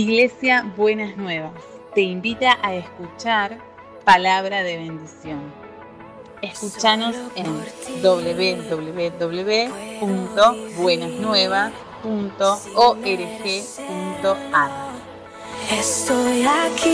Iglesia Buenas Nuevas te invita a escuchar palabra de bendición. Escúchanos en www.buenasnuevas.org.ar. Estoy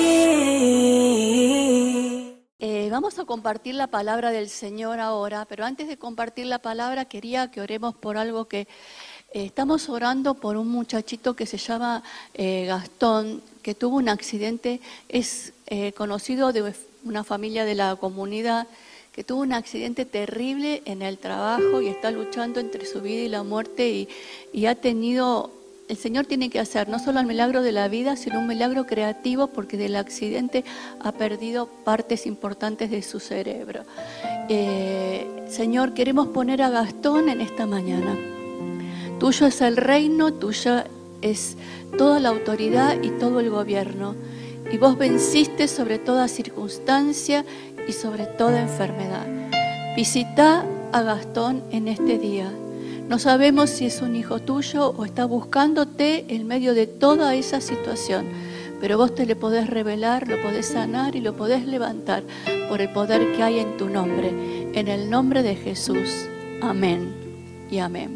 aquí. Vamos a compartir la palabra del Señor ahora, pero antes de compartir la palabra quería que oremos por algo que estamos orando por un muchachito que se llama Gastón, que tuvo un accidente, es conocido de una familia de la comunidad, que tuvo un accidente terrible en el trabajo y está luchando entre su vida y la muerte y ha tenido... El Señor tiene que hacer no solo el milagro de la vida, sino un milagro creativo, porque del accidente ha perdido partes importantes de su cerebro. Señor, queremos poner a Gastón en esta mañana. Tuyo es el reino, tuya es toda la autoridad y todo el gobierno. Y vos venciste sobre toda circunstancia y sobre toda enfermedad. Visita a Gastón en este día. No sabemos si es un hijo tuyo o está buscándote en medio de toda esa situación, pero vos te le podés revelar, lo podés sanar y lo podés levantar por el poder que hay en tu nombre. En el nombre de Jesús. Amén y amén.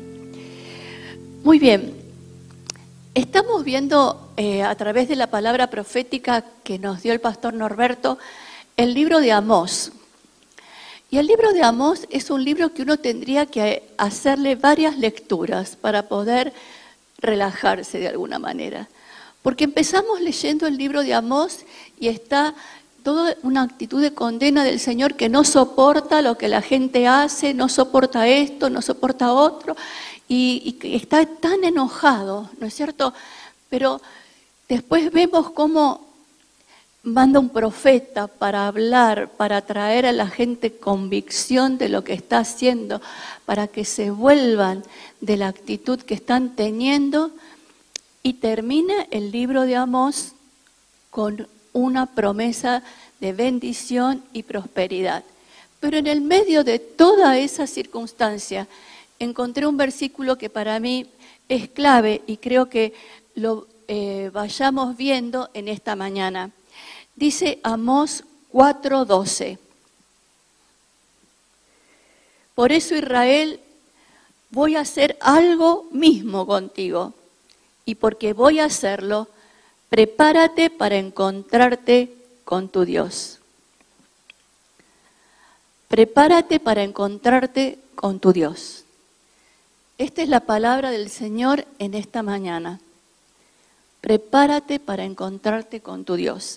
Muy bien. Estamos viendo a través de la palabra profética que nos dio el pastor Norberto, el libro de Amós. Y el libro de Amós es un libro que uno tendría que hacerle varias lecturas para poder relajarse de alguna manera. Porque empezamos leyendo el libro de Amós y está toda una actitud de condena del Señor que no soporta lo que la gente hace, no soporta esto, no soporta otro, y está tan enojado, ¿no es cierto? Pero después vemos cómo manda un profeta para hablar, para traer a la gente convicción de lo que está haciendo, para que se vuelvan de la actitud que están teniendo, y termina el libro de Amós con una promesa de bendición y prosperidad. Pero en el medio de toda esa circunstancia encontré un versículo que para mí es clave y creo que lo vayamos viendo en esta mañana. Dice Amós 4:12. Por eso, Israel, voy a hacer algo mismo contigo. Y porque voy a hacerlo, prepárate para encontrarte con tu Dios. Prepárate para encontrarte con tu Dios. Esta es la palabra del Señor en esta mañana. Prepárate para encontrarte con tu Dios.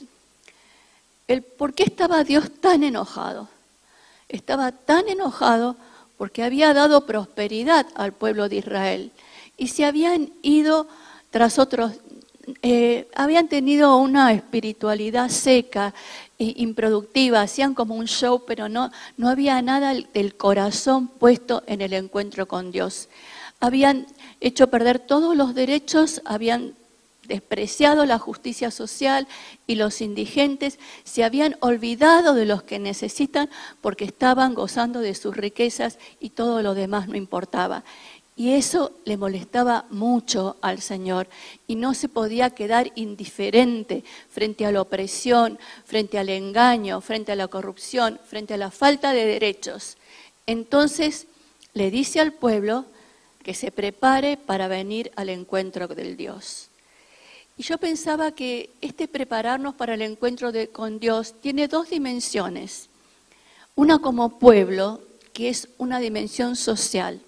¿Por qué estaba Dios tan enojado? Estaba tan enojado porque había dado prosperidad al pueblo de Israel y se habían ido tras otros, habían tenido una espiritualidad seca e improductiva, hacían como un show, pero no había nada del corazón puesto en el encuentro con Dios. Habían hecho perder todos los derechos, habían despreciado la justicia social y los indigentes, se habían olvidado de los que necesitan porque estaban gozando de sus riquezas y todo lo demás no importaba. Y eso le molestaba mucho al Señor y no se podía quedar indiferente frente a la opresión, frente al engaño, frente a la corrupción, frente a la falta de derechos. Entonces le dice al pueblo que se prepare para venir al encuentro del Dios. Y yo pensaba que este prepararnos para el encuentro con Dios tiene dos dimensiones. Una como pueblo, que es una dimensión social,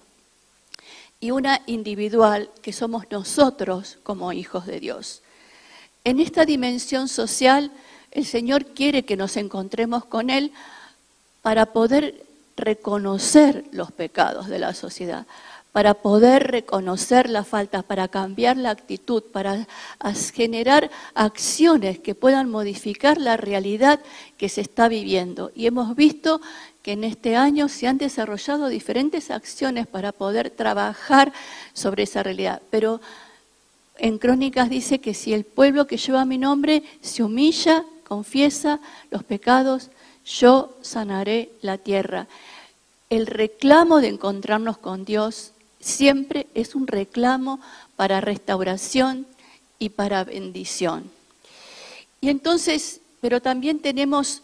y una individual, que somos nosotros como hijos de Dios. En esta dimensión social, el Señor quiere que nos encontremos con Él para poder reconocer los pecados de la sociedad, para poder reconocer las faltas, para cambiar la actitud, para generar acciones que puedan modificar la realidad que se está viviendo. Y hemos visto que en este año se han desarrollado diferentes acciones para poder trabajar sobre esa realidad. Pero en Crónicas dice que si el pueblo que lleva mi nombre se humilla, confiesa los pecados, yo sanaré la tierra. El reclamo de encontrarnos con Dios siempre es un reclamo para restauración y para bendición. Y entonces, pero también tenemos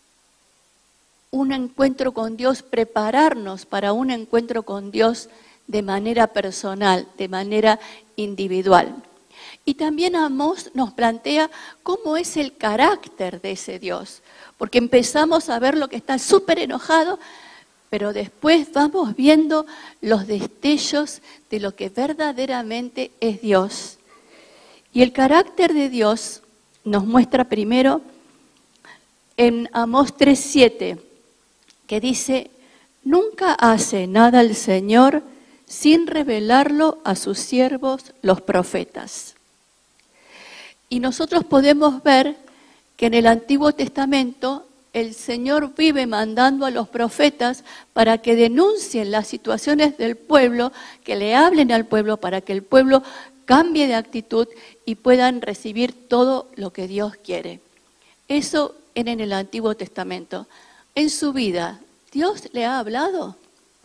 un encuentro con Dios, prepararnos para un encuentro con Dios de manera personal, de manera individual. Y también Amós nos plantea cómo es el carácter de ese Dios, porque empezamos a ver lo que está súper enojado, pero después vamos viendo los destellos de lo que verdaderamente es Dios. Y el carácter de Dios nos muestra primero en Amós 3:7, que dice: nunca hace nada el Señor sin revelarlo a sus siervos los profetas. Y nosotros podemos ver que en el Antiguo Testamento el Señor vive mandando a los profetas para que denuncien las situaciones del pueblo, que le hablen al pueblo para que el pueblo cambie de actitud y puedan recibir todo lo que Dios quiere. Eso era en el Antiguo Testamento. En su vida, ¿Dios le ha hablado?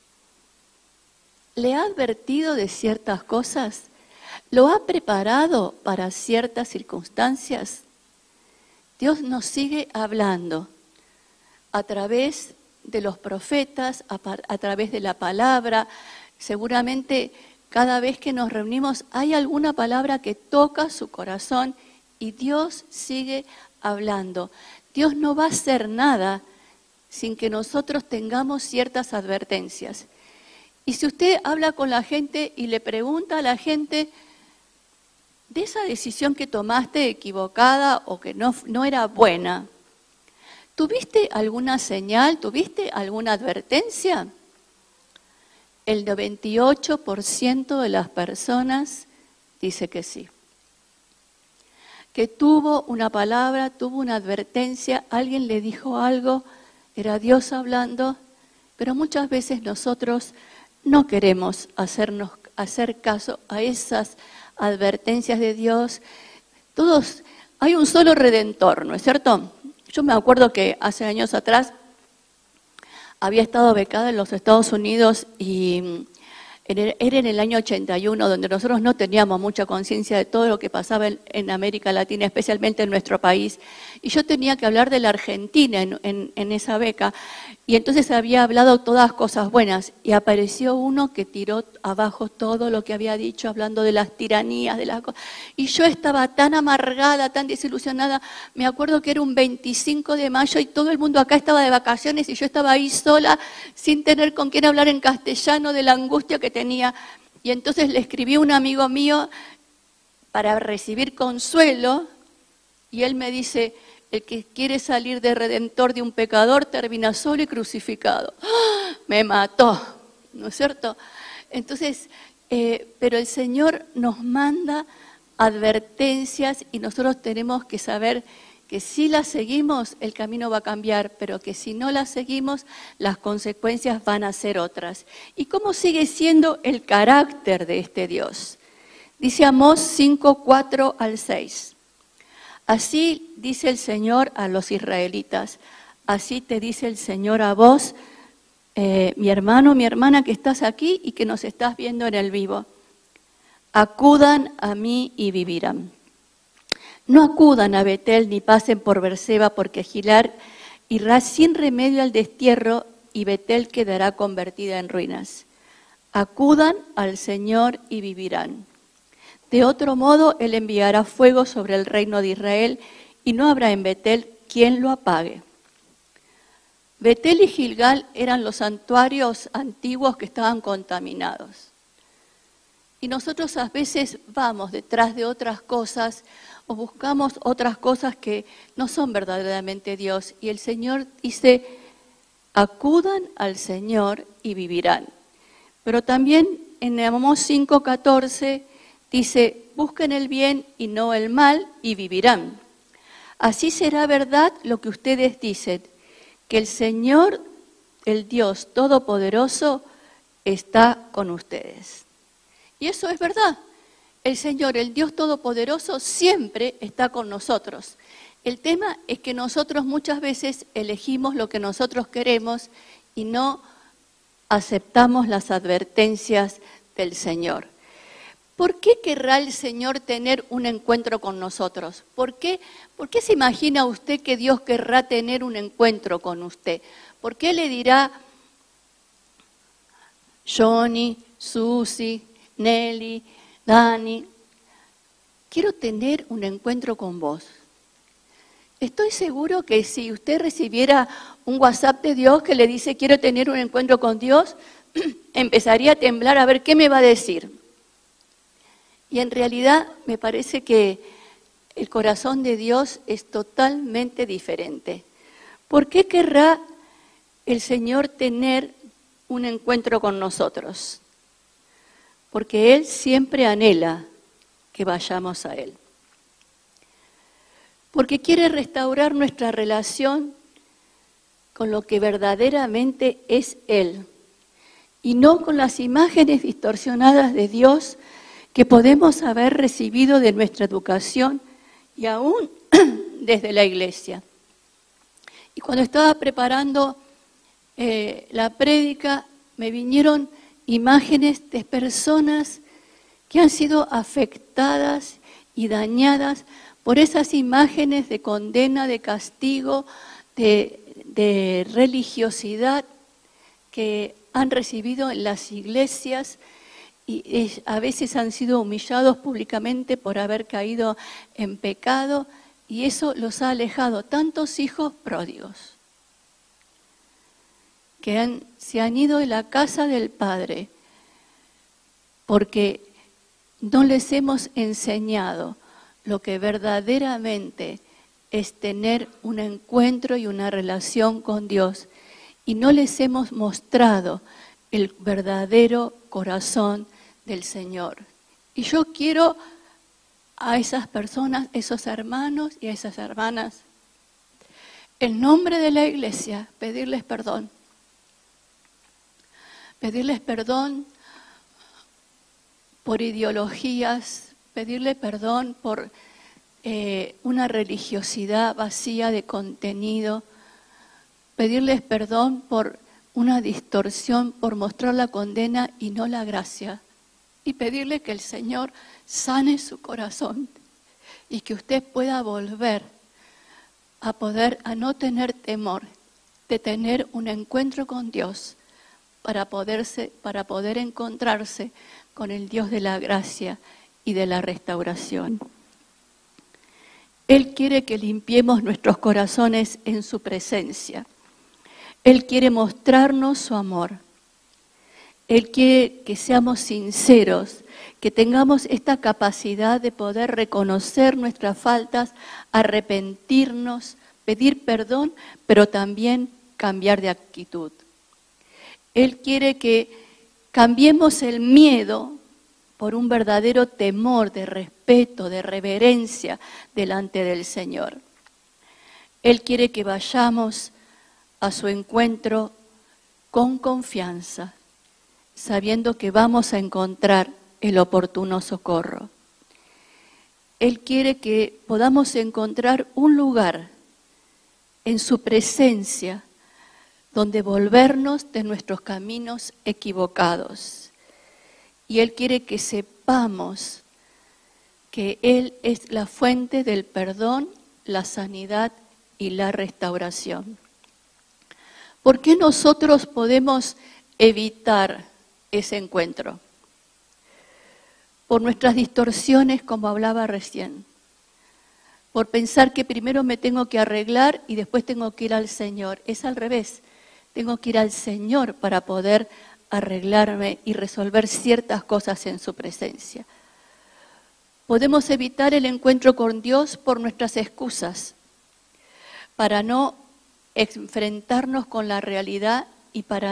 ¿Le ha advertido de ciertas cosas? ¿Lo ha preparado para ciertas circunstancias? Dios nos sigue hablando a través de los profetas, a través de la palabra. Seguramente cada vez que nos reunimos hay alguna palabra que toca su corazón y Dios sigue hablando. Dios no va a hacer nada sin que nosotros tengamos ciertas advertencias. Y si usted habla con la gente y le pregunta a la gente de esa decisión que tomaste equivocada o que no era buena, ¿tuviste alguna señal? ¿Tuviste alguna advertencia? El 98% de las personas dice que sí. Que tuvo una palabra, tuvo una advertencia, alguien le dijo algo, era Dios hablando, pero muchas veces nosotros no queremos hacer caso a esas advertencias de Dios. Hay un solo Redentor, ¿no es cierto? Yo me acuerdo que hace años atrás había estado becada en los Estados Unidos y era en el año 81, donde nosotros no teníamos mucha conciencia de todo lo que pasaba en América Latina, especialmente en nuestro país. Y yo tenía que hablar de la Argentina en esa beca. Y entonces había hablado todas cosas buenas. Y apareció uno que tiró abajo todo lo que había dicho, hablando de las tiranías, de las cosas. Y yo estaba tan amargada, tan desilusionada. Me acuerdo que era un 25 de mayo y todo el mundo acá estaba de vacaciones y yo estaba ahí sola, sin tener con quién hablar en castellano de la angustia que tenía. Y entonces le escribí a un amigo mío para recibir consuelo y él me dice: el que quiere salir de redentor de un pecador termina solo y crucificado. ¡Ah! Me mató, ¿no es cierto? Entonces, pero el Señor nos manda advertencias y nosotros tenemos que saber que si las seguimos el camino va a cambiar, pero que si no las seguimos las consecuencias van a ser otras. ¿Y cómo sigue siendo el carácter de este Dios? Dice Amós 5, 4 al 6. Así dice el Señor a los israelitas, así te dice el Señor a vos, mi hermano, mi hermana que estás aquí y que nos estás viendo en el vivo. Acudan a mí y vivirán. No acudan a Betel ni pasen por Berseba, porque Gilar irá sin remedio al destierro y Betel quedará convertida en ruinas. Acudan al Señor y vivirán. De otro modo, Él enviará fuego sobre el reino de Israel y no habrá en Betel quien lo apague. Betel y Gilgal eran los santuarios antiguos que estaban contaminados. Y nosotros a veces vamos detrás de otras cosas o buscamos otras cosas que no son verdaderamente Dios. Y el Señor dice, acudan al Señor y vivirán. Pero también en Amós 5:14 dice, busquen el bien y no el mal y vivirán. Así será verdad lo que ustedes dicen, que el Señor, el Dios Todopoderoso, está con ustedes. Y eso es verdad. El Señor, el Dios Todopoderoso, siempre está con nosotros. El tema es que nosotros muchas veces elegimos lo que nosotros queremos y no aceptamos las advertencias del Señor. ¿Por qué querrá el Señor tener un encuentro con nosotros? ¿Por qué se imagina usted que Dios querrá tener un encuentro con usted? ¿Por qué le dirá Johnny, Susi, Nelly, Dani, quiero tener un encuentro con vos? Estoy seguro que si usted recibiera un WhatsApp de Dios que le dice quiero tener un encuentro con Dios, empezaría a temblar a ver qué me va a decir. Y en realidad me parece que el corazón de Dios es totalmente diferente. ¿Por qué querrá el Señor tener un encuentro con nosotros? Porque Él siempre anhela que vayamos a Él. Porque quiere restaurar nuestra relación con lo que verdaderamente es Él, y no con las imágenes distorsionadas de Dios que podemos haber recibido de nuestra educación y aún desde la iglesia. Y cuando estaba preparando la prédica, me vinieron imágenes de personas que han sido afectadas y dañadas por esas imágenes de condena, de castigo, de religiosidad que han recibido en las iglesias, y a veces han sido humillados públicamente por haber caído en pecado, y eso los ha alejado. Tantos hijos pródigos que se han ido de la casa del Padre porque no les hemos enseñado lo que verdaderamente es tener un encuentro y una relación con Dios, y no les hemos mostrado el verdadero corazón del Señor. Y yo quiero a esas personas, esos hermanos y a esas hermanas, en nombre de la iglesia, pedirles perdón. Pedirles perdón por ideologías, pedirle perdón por una religiosidad vacía de contenido, pedirles perdón por una distorsión, por mostrar la condena y no la gracia, y pedirle que el Señor sane su corazón y que usted pueda volver a no tener temor de tener un encuentro con Dios para poder encontrarse con el Dios de la gracia y de la restauración. Él quiere que limpiemos nuestros corazones en su presencia. Él quiere mostrarnos su amor. Él quiere que seamos sinceros, que tengamos esta capacidad de poder reconocer nuestras faltas, arrepentirnos, pedir perdón, pero también cambiar de actitud. Él quiere que cambiemos el miedo por un verdadero temor de respeto, de reverencia delante del Señor. Él quiere que vayamos a su encuentro con confianza, sabiendo que vamos a encontrar el oportuno socorro. Él quiere que podamos encontrar un lugar en su presencia donde volvernos de nuestros caminos equivocados. Y Él quiere que sepamos que Él es la fuente del perdón, la sanidad y la restauración. ¿Por qué nosotros podemos evitar ese encuentro? Por nuestras distorsiones, como hablaba recién. Por pensar que primero me tengo que arreglar y después tengo que ir al Señor. Es al revés. Tengo que ir al Señor para poder arreglarme y resolver ciertas cosas en su presencia. Podemos evitar el encuentro con Dios por nuestras excusas, para no enfrentarnos con la realidad y por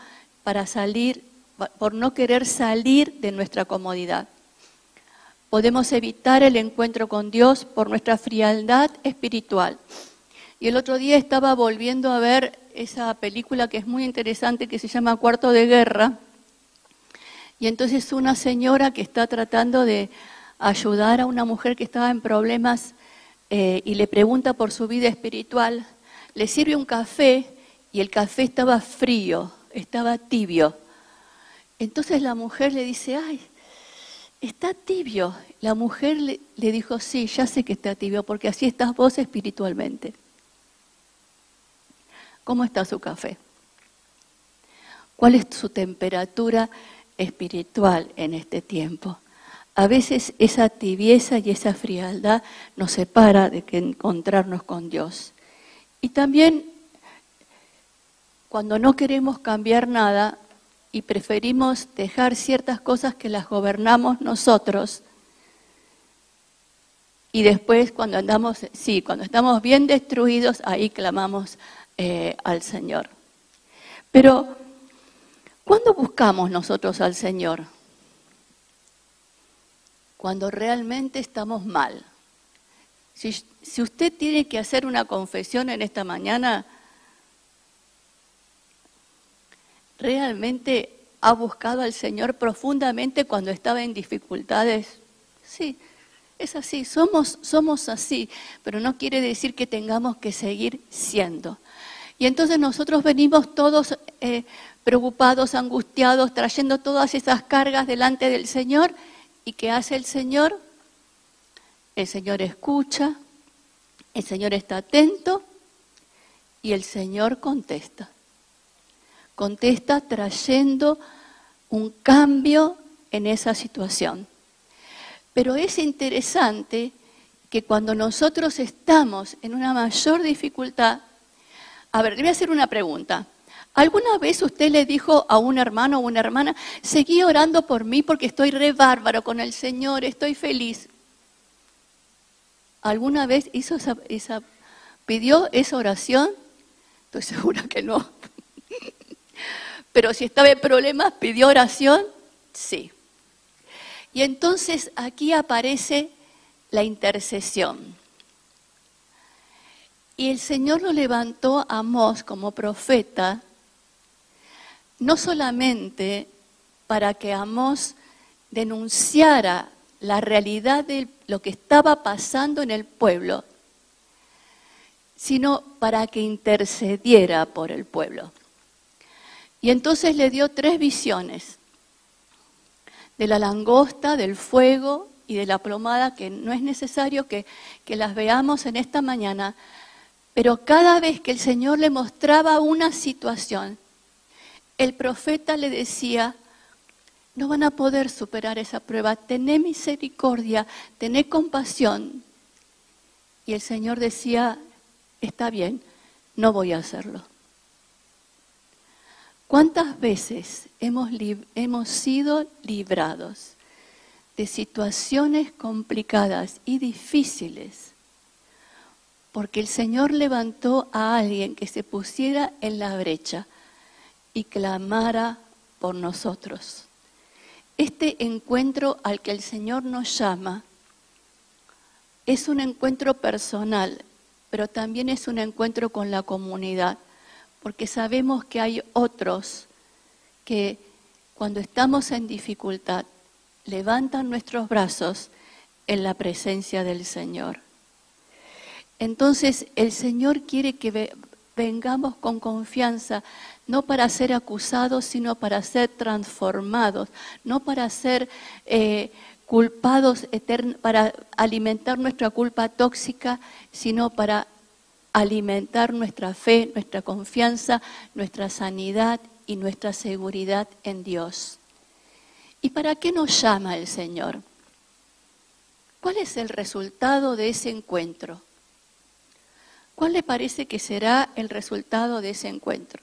no querer salir de nuestra comodidad. Podemos evitar el encuentro con Dios por nuestra frialdad espiritual. Y el otro día estaba volviendo a ver esa película que es muy interesante, que se llama Cuarto de Guerra. Y entonces una señora que está tratando de ayudar a una mujer que estaba en problemas y le pregunta por su vida espiritual, le sirve un café y el café estaba frío, estaba tibio. Entonces la mujer le dice, ay, está tibio. La mujer le dijo, sí, ya sé que está tibio, porque así estás vos espiritualmente. ¿Cómo está su café? ¿Cuál es su temperatura espiritual en este tiempo? A veces esa tibieza y esa frialdad nos separa de que encontrarnos con Dios. Y también cuando no queremos cambiar nada y preferimos dejar ciertas cosas que las gobernamos nosotros, y después cuando estamos bien destruidos, ahí clamamos al Señor. Pero, ¿cuándo buscamos nosotros al Señor? Cuando realmente estamos mal. Si usted tiene que hacer una confesión en esta mañana, ¿realmente ha buscado al Señor profundamente cuando estaba en dificultades? Sí, es así, somos así, pero no quiere decir que tengamos que seguir siendo. Y entonces nosotros venimos todos preocupados, angustiados, trayendo todas esas cargas delante del Señor. ¿Y qué hace el Señor? El Señor escucha, el Señor está atento y el Señor contesta. Contesta trayendo un cambio en esa situación. Pero es interesante que cuando nosotros estamos en una mayor dificultad, a ver, le voy a hacer una pregunta. ¿Alguna vez usted le dijo a un hermano o una hermana, seguí orando por mí porque estoy re bárbaro con el Señor, estoy feliz? ¿Alguna vez pidió esa oración? Estoy segura que no. Pero si estaba en problemas, ¿pidió oración? Sí. Y entonces aquí aparece la intercesión. Y el Señor lo levantó a Amós como profeta, no solamente para que Amós denunciara la realidad de lo que estaba pasando en el pueblo, sino para que intercediera por el pueblo. Y entonces le dio 3 visiones, de la langosta, del fuego y de la plomada, que no es necesario que las veamos en esta mañana, pero cada vez que el Señor le mostraba una situación, el profeta le decía, no van a poder superar esa prueba, tené misericordia, tené compasión. Y el Señor decía, está bien, no voy a hacerlo. ¿Cuántas veces hemos sido librados de situaciones complicadas y difíciles? Porque el Señor levantó a alguien que se pusiera en la brecha y clamara por nosotros. Este encuentro al que el Señor nos llama es un encuentro personal, pero también es un encuentro con la comunidad, porque sabemos que hay otros que cuando estamos en dificultad levantan nuestros brazos en la presencia del Señor. Entonces el Señor quiere que vengamos con confianza, no para ser acusados, sino para ser transformados, no para ser culpados, para alimentar nuestra culpa tóxica, sino para alimentar nuestra fe, nuestra confianza, nuestra sanidad y nuestra seguridad en Dios. ¿Y para qué nos llama el Señor? ¿Cuál es el resultado de ese encuentro? ¿Cuál le parece que será el resultado de ese encuentro?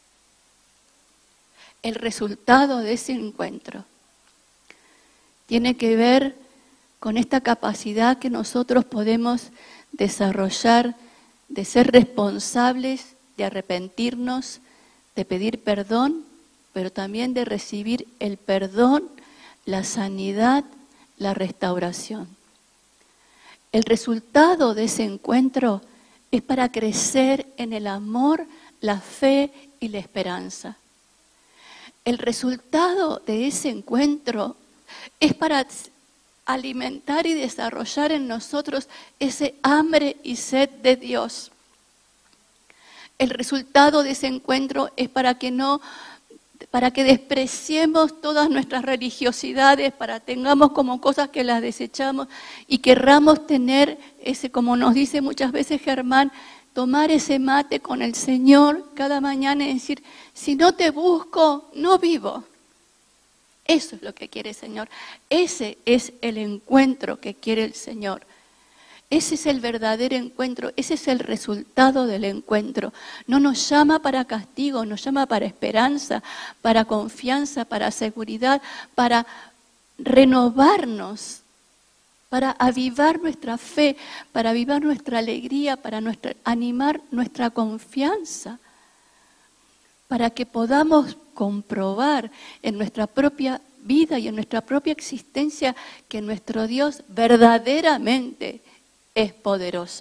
El resultado de ese encuentro tiene que ver con esta capacidad que nosotros podemos desarrollar de ser responsables, de arrepentirnos, de pedir perdón, pero también de recibir el perdón, la sanidad, la restauración. El resultado de ese encuentro es para crecer en el amor, la fe y la esperanza. El resultado de ese encuentro es para alimentar y desarrollar en nosotros ese hambre y sed de Dios. El resultado de ese encuentro es para que no para que despreciemos todas nuestras religiosidades, para tengamos como cosas que las desechamos y querramos tener ese, como nos dice muchas veces Germán, tomar ese mate con el Señor cada mañana y decir, si no te busco, no vivo. Eso es lo que quiere el Señor. Ese es el encuentro que quiere el Señor. Ese es el verdadero encuentro, ese es el resultado del encuentro. No nos llama para castigo, nos llama para esperanza, para confianza, para seguridad, para renovarnos, para avivar nuestra fe, para avivar nuestra alegría, para animar nuestra confianza, para que podamos comprobar en nuestra propia vida y en nuestra propia existencia que nuestro Dios verdaderamente es poderoso.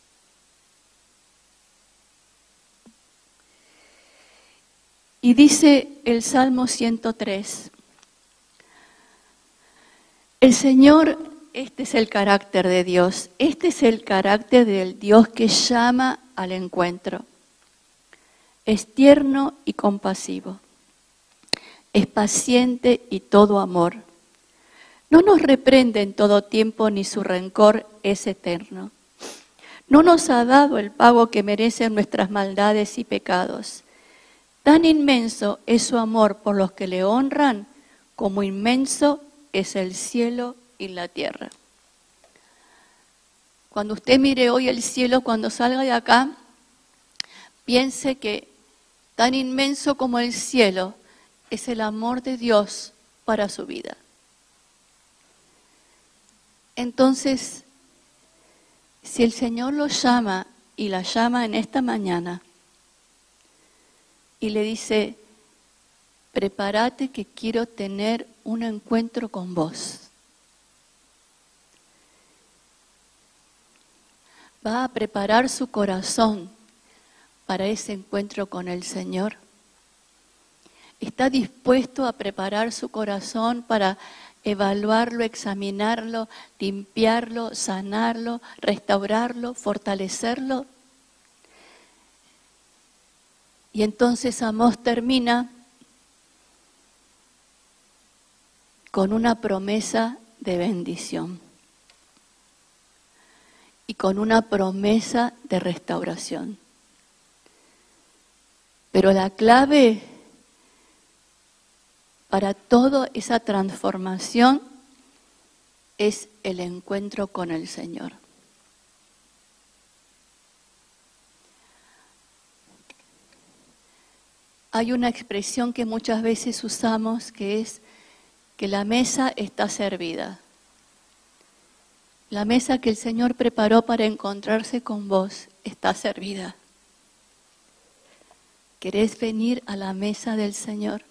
Y dice el Salmo 103, el Señor, este es el carácter de Dios, este es el carácter del Dios que llama al encuentro. Es tierno y compasivo, es paciente y todo amor. No nos reprende en todo tiempo ni su rencor es eterno. No nos ha dado el pago que merecen nuestras maldades y pecados. Tan inmenso es su amor por los que le honran, como inmenso es el cielo y la tierra. Cuando usted mire hoy el cielo, cuando salga de acá, piense que tan inmenso como el cielo es el amor de Dios para su vida. Entonces, si el Señor lo llama y la llama en esta mañana y le dice, prepárate que quiero tener un encuentro con vos. Va a preparar su corazón para ese encuentro con el Señor. Está dispuesto a preparar su corazón para evaluarlo, examinarlo, limpiarlo, sanarlo, restaurarlo, fortalecerlo. Y entonces Amós termina con una promesa de bendición y con una promesa de restauración. Pero la clave para toda esa transformación es el encuentro con el Señor. Hay una expresión que muchas veces usamos que es que la mesa está servida. La mesa que el Señor preparó para encontrarse con vos está servida. ¿Querés venir a la mesa del Señor?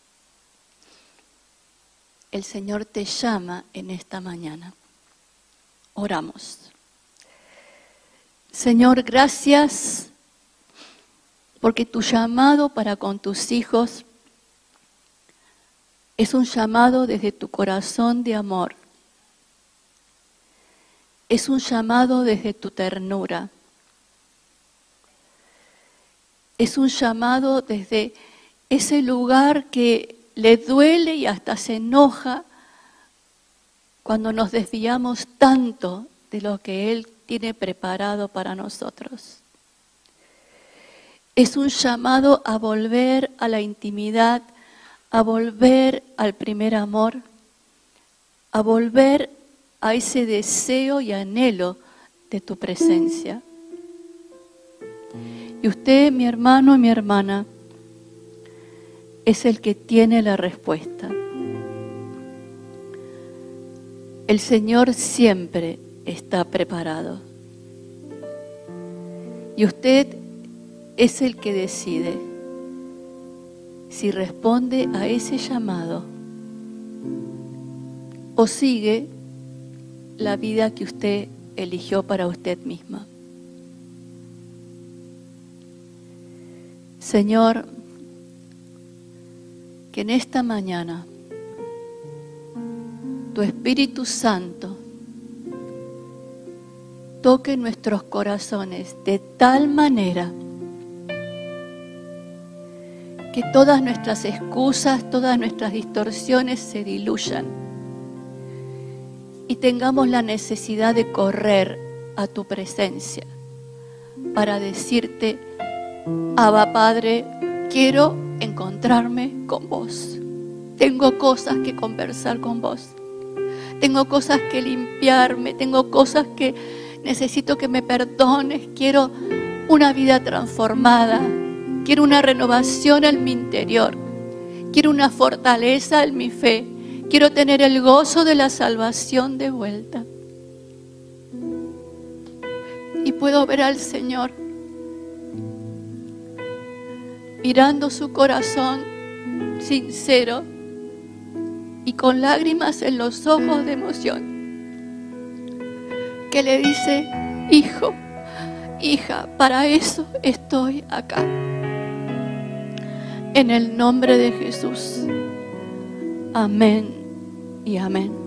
El Señor te llama en esta mañana. Oramos. Señor, gracias porque tu llamado para con tus hijos es un llamado desde tu corazón de amor. Es un llamado desde tu ternura. Es un llamado desde ese lugar que le duele y hasta se enoja cuando nos desviamos tanto de lo que Él tiene preparado para nosotros. Es un llamado a volver a la intimidad, a volver al primer amor, a volver a ese deseo y anhelo de tu presencia. Y usted, mi hermano y mi hermana, es el que tiene la respuesta. El Señor siempre está preparado. Y usted es el que decide si responde a ese llamado o sigue la vida que usted eligió para usted misma. Señor, que en esta mañana tu Espíritu Santo toque nuestros corazones de tal manera que todas nuestras excusas, todas nuestras distorsiones se diluyan y tengamos la necesidad de correr a tu presencia para decirte: Abba Padre, quiero encontrarme con vos. Tengo cosas que conversar con vos. Tengo cosas que limpiarme. Tengo cosas que necesito que me perdones. Quiero una vida transformada. Quiero una renovación en mi interior. Quiero una fortaleza en mi fe. Quiero tener el gozo de la salvación de vuelta. Y puedo ver al Señor mirando su corazón sincero y con lágrimas en los ojos de emoción, que le dice: hijo, hija, para eso estoy acá. En el nombre de Jesús. Amén y amén.